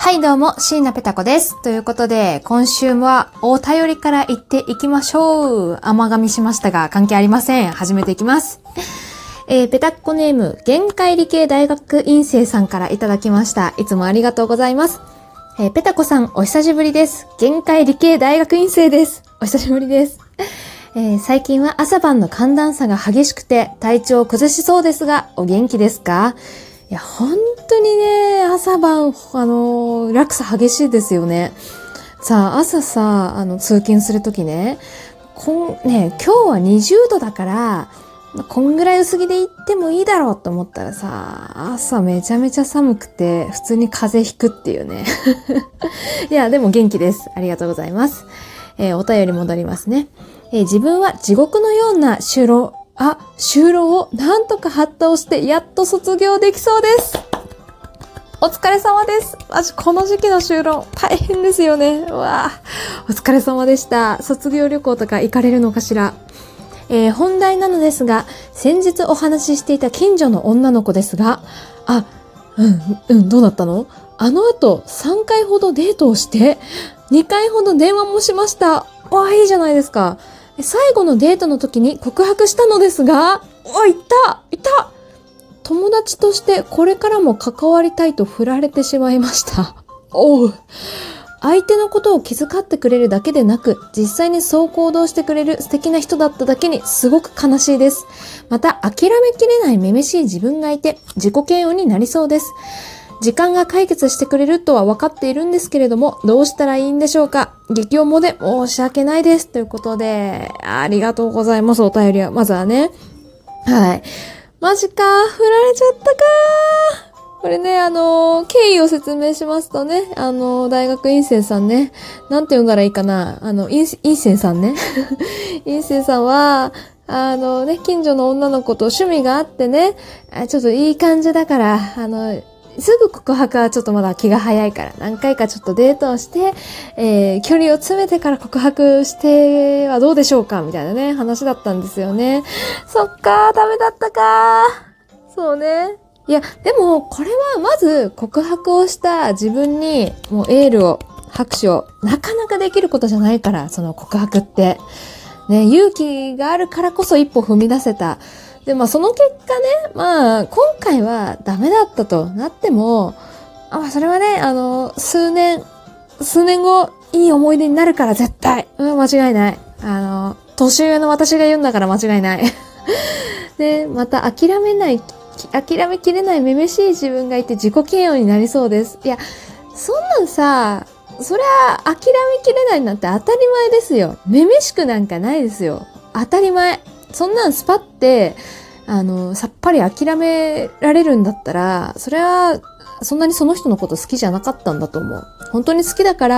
はいどうも、椎名ペタ子です。ということで、今週はお便りから行っていきましょう。甘噛みしましたが、関係ありません。始めていきます。ペタッコネーム、限界理系大学院生さんからいただきました。いつもありがとうございます。ペタコさん、お久しぶりです。限界理系大学院生です。お久しぶりです。最近は朝晩の寒暖差が激しくて体調を崩しそうですが、お元気ですか？いや、本当にね、朝晩、落差激しいですよね。さあ、朝さ、通勤するときね、今日は20度だから、こんぐらい薄着で行ってもいいだろうと思ったらさ、朝めちゃめちゃ寒くて、普通に風邪ひくっていうね。いや、でも元気です。ありがとうございます。お便り戻りますね。自分は地獄のような就労をなんとか発倒してやっと卒業できそうです。お疲れ様です。マジこの時期の就労大変ですよね。うわぁ、お疲れ様でした。卒業旅行とか行かれるのかしら。本題なのですが、先日お話ししていた近所の女の子ですが、どうなったの？あの後3回ほどデートをして、2回ほど電話もしました。わあ、いいじゃないですか。最後のデートの時に告白したのですが、いた友達としてこれからも関わりたいと振られてしまいました。相手のことを気遣ってくれるだけでなく、実際にそう行動してくれる素敵な人だっただけにすごく悲しいです。また諦めきれないめめしい自分がいて、自己嫌悪になりそうです。時間が解決してくれるとは分かっているんですけれども、どうしたらいいんでしょうか。激重で申し訳ないです。ということで、ありがとうございます。お便りは。まずはね。はい。マジか。振られちゃったか。これね、経緯を説明しますとね、大学院生さんね、なんて呼んだらいいかな。院生さんね。院生さんは、近所の女の子と趣味があってね、ちょっといい感じだから、すぐ告白はちょっとまだ気が早いから、何回かちょっとデートをして、距離を詰めてから告白してはどうでしょうかみたいなね、話だったんですよね。そっか、ダメだったか。そうね。いや、でも、これはまず告白をした自分に、もうエールを、拍手を、なかなかできることじゃないから、その告白って。ね、勇気があるからこそ一歩踏み出せた。で、その結果ね、今回はダメだったとなっても、それはね、数年後、いい思い出になるから絶対。間違いない。年上の私が言うんだから間違いない。で、また諦めきれないめめしい自分がいて自己嫌悪になりそうです。いや、そんなんさ、そりゃ諦めきれないなんて当たり前ですよ。めめしくなんかないですよ。当たり前。そんなんスパって、さっぱり諦められるんだったら、それは、そんなにその人のこと好きじゃなかったんだと思う。本当に好きだから、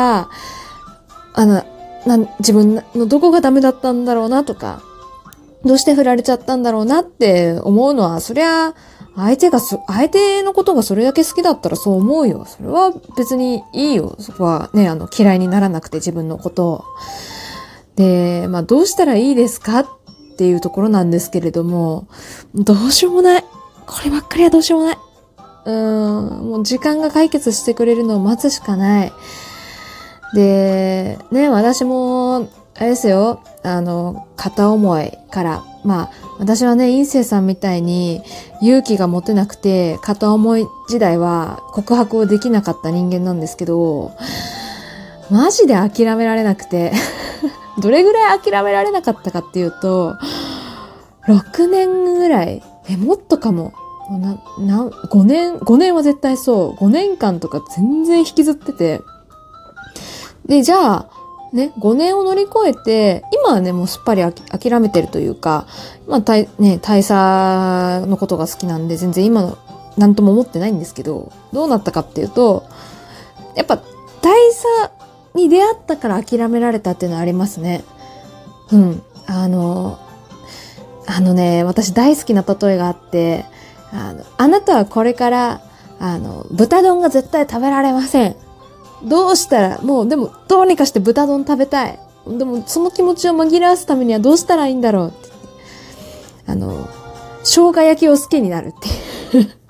自分のどこがダメだったんだろうなとか、どうして振られちゃったんだろうなって思うのは、そりゃ、相手のことがそれだけ好きだったらそう思うよ。それは別にいいよ。そこはね、嫌いにならなくて自分のことを。で、どうしたらいいですかっていうところなんですけれども、どうしようもない。こればっかりはどうしようもない。もう時間が解決してくれるのを待つしかない。で、ね、私も、あれですよ、片思いから、私はね、院生さんみたいに勇気が持てなくて、片思い時代は告白をできなかった人間なんですけど、マジで諦められなくて、どれぐらい諦められなかったかっていうと、6年ぐらい、もっとかも。5年は絶対そう。5年間とか全然引きずってて。で、じゃあ、ね、5年を乗り越えて、今はね、もうすっぱり諦めてるというか、大佐のことが好きなんで、全然今の、なんとも思ってないんですけど、どうなったかっていうと、やっぱ、大佐に出会ったから諦められたっていうのはありますね。私大好きな例えがあって、あなたはこれから、豚丼が絶対食べられません。どうしたら、でも、どうにかして豚丼食べたい。でも、その気持ちを紛らわすためにはどうしたらいいんだろうって。生姜焼きを好きになるっていう。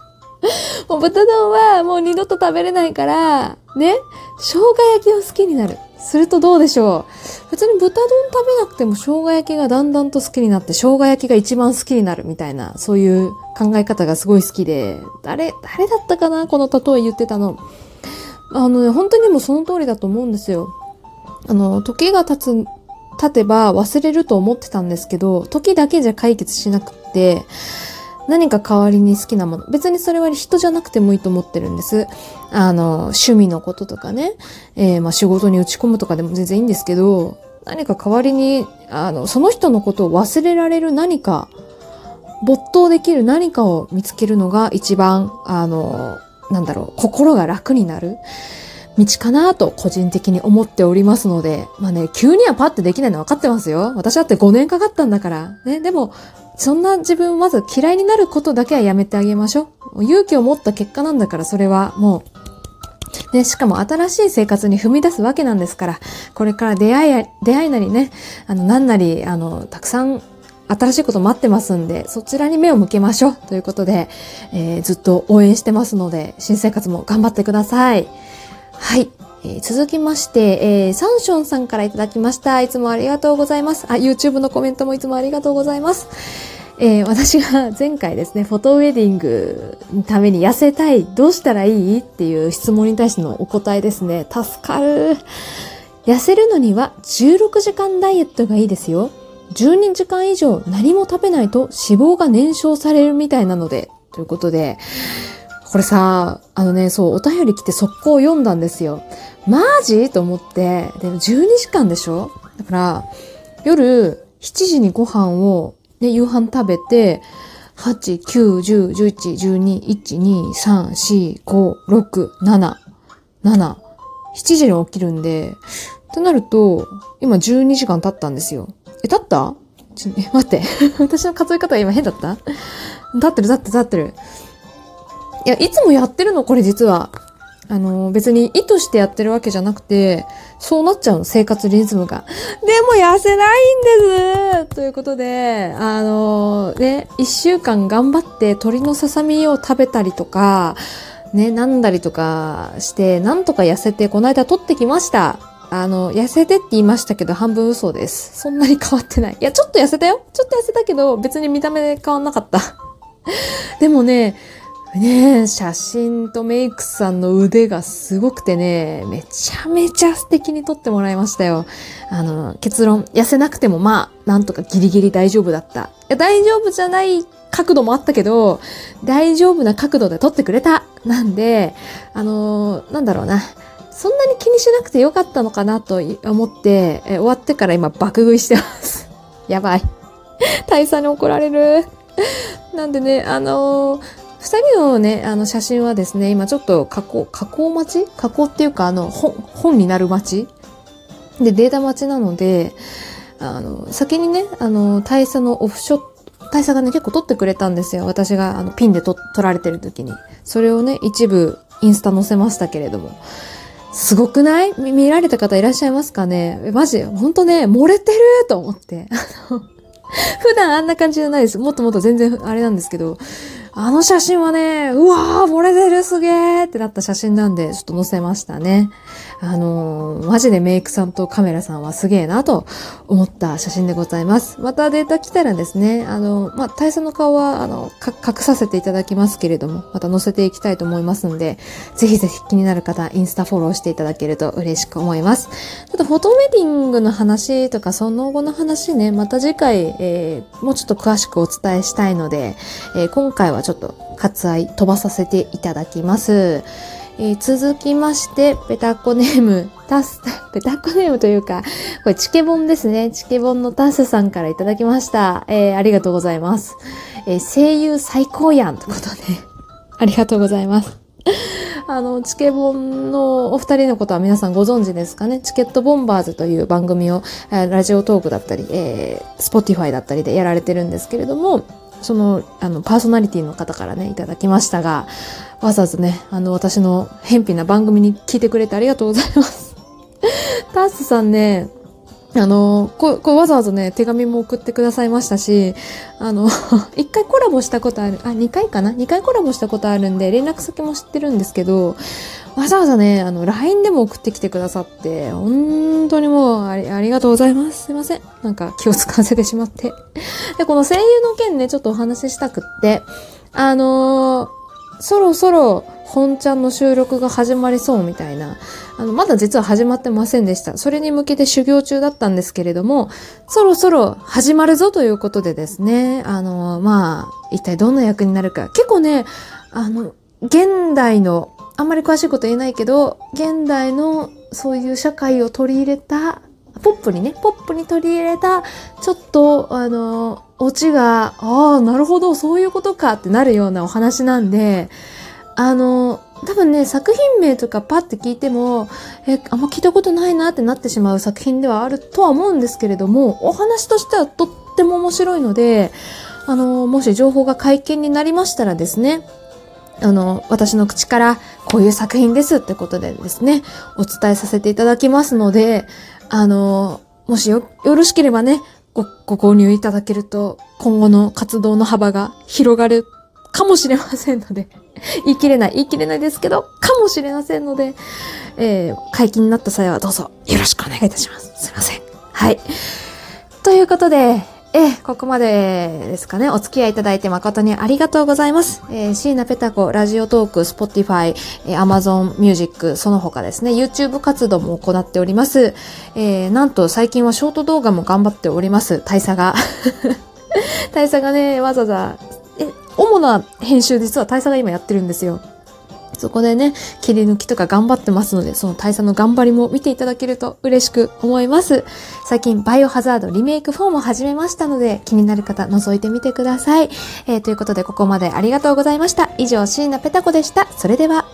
もう豚丼はもう二度と食べれないから、ね、生姜焼きを好きになる。するとどうでしょう。別に豚丼食べなくても生姜焼きがだんだんと好きになって、生姜焼きが一番好きになるみたいな、そういう考え方がすごい好きで、誰だったかなこの例え言ってたの。本当にもうその通りだと思うんですよ。時が経てば忘れると思ってたんですけど、時だけじゃ解決しなくって、何か代わりに好きなもの。別にそれは人じゃなくてもいいと思ってるんです。趣味のこととかね。仕事に打ち込むとかでも全然いいんですけど、何か代わりに、その人のことを忘れられる何か、没頭できる何かを見つけるのが一番、心が楽になる道かなと個人的に思っておりますので、急にはパッてできないの分かってますよ。私だって5年かかったんだから。ね、でも、そんな自分まず嫌いになることだけはやめてあげましょう。勇気を持った結果なんだから、それはもう、ね、しかも新しい生活に踏み出すわけなんですから、これから出会いなりね、なんなり、たくさん新しいこと待ってますんで、そちらに目を向けましょう。ということで、ずっと応援してますので、新生活も頑張ってください。はい。続きまして、サンションさんからいただきました。いつもありがとうございます。YouTube のコメントもいつもありがとうございます。私が前回ですね、フォトウェディングのために痩せたい、どうしたらいいっていう質問に対してのお答えですね。助かる。痩せるのには16時間ダイエットがいいですよ。12時間以上何も食べないと脂肪が燃焼されるみたいなので、ということで、これさ、そう、お便り来て速攻読んだんですよ。マジと思って、で、12時間でしょ？だから、夜7時にご飯を、ね、夕飯食べて、8、9、10、11、12、1、2、3、4、5、6、7、7、7時に起きるんで、となると、今12時間経ったんですよ。経った待って。私の数え方は今変だった？経ってる。いや、いつもやってるの、これ実は。別に意図してやってるわけじゃなくて、そうなっちゃうの、生活リズムが。でも痩せないんですということで、1週間頑張って鶏のささみを食べたりとか、ね、なんだりとかして、なんとか痩せて、この間取ってきました。痩せてって言いましたけど、半分嘘です。そんなに変わってない。いや、ちょっと痩せたよ。ちょっと痩せたけど、別に見た目で変わんなかった。でもね、写真とメイクさんの腕がすごくてね、めちゃめちゃ素敵に撮ってもらいましたよ。結論、痩せなくてもなんとかギリギリ大丈夫だった。いや、大丈夫じゃない角度もあったけど、大丈夫な角度で撮ってくれた。なんで、なんだろうな。そんなに気にしなくてよかったのかなと思って、終わってから今爆食いしてます。やばい。大佐に怒られる。なんでね、二人のね、写真はですね、今ちょっと加工っていうか、本になる待ちで、データ待ちなので、先にね、大佐のオフショット、大佐がね、結構撮ってくれたんですよ。私が、ピンで撮られてる時に。それをね、一部、インスタ載せましたけれども。すごくない？見られた方いらっしゃいますかね？マジ、ほんとね、漏れてると思って。普段あんな感じじゃないです。もっともっと全然あれなんですけど、あの写真はね、うわー漏れてるすげーってなった写真なんで、ちょっと載せましたね。マジでメイクさんとカメラさんはすげーなと思った写真でございます。またデータ来たらですね、大佐の顔は、隠させていただきますけれども、また載せていきたいと思いますので、ぜひぜひ気になる方、インスタフォローしていただけると嬉しく思います。ちょっとフォトウェディングの話とか、その後の話ね、また次回、もうちょっと詳しくお伝えしたいので、今回はちょっと割愛飛ばさせていただきます。続きまして、ペタコネームというか、これチケボンですね。チケボンのタスさんからいただきました。ありがとうございます。声優最高やんということで、ありがとうございます。チケボンのお二人のことは皆さんご存知ですかね。チケットボンバーズという番組を、ラジオトークだったり、Spotify だったりでやられてるんですけれども、その、パーソナリティの方からね、いただきましたが、わざわざね、私の偏僻な番組に聞いてくれてありがとうございます。タースさんね、 これわざわざね、手紙も送ってくださいましたし、一回コラボしたことある、2回かな ?2 回コラボしたことあるんで、連絡先も知ってるんですけど、わざわざね、LINE でも送ってきてくださって、本当にもうありがとうございます。すいません。なんか気を使わせてしまって。で、この声優の件ね、ちょっとお話ししたくって、そろそろ本ちゃんの収録が始まりそうみたいな、まだ実は始まってませんでした。それに向けて修行中だったんですけれども、そろそろ始まるぞということでですね、一体どんな役になるか。結構ね、現代の、あんまり詳しいこと言えないけど、現代のそういう社会を取り入れた、ポップに取り入れた、ちょっと、オチが、なるほど、そういうことかってなるようなお話なんで、多分ね、作品名とかパッて聞いても、あんま聞いたことないなってなってしまう作品ではあるとは思うんですけれども、お話としてはとっても面白いので、もし情報が解禁になりましたらですね、私の口からこういう作品ですってことでですね、お伝えさせていただきますので、もしよろしければね、ご購入いただけると、今後の活動の幅が広がるかもしれませんので、言い切れないですけど、かもしれませんので、解禁になった際はどうぞよろしくお願いいたします。すいません。はい。ということで、ここまでですかね。お付き合いいただいて誠にありがとうございます。椎名ペタ子、ラジオトーク、Spotify、Amazon Music、その他ですね、YouTube 活動も行っております。なんと最近はショート動画も頑張っております。大佐が。大佐がね、わざわざ、主な編集実は大佐が今やってるんですよ。そこでね、切り抜きとか頑張ってますので、その大佐の頑張りも見ていただけると嬉しく思います。最近、バイオハザードリメイク4も始めましたので、気になる方覗いてみてください。ということで、ここまでありがとうございました。以上、椎名ペタ子でした。それでは。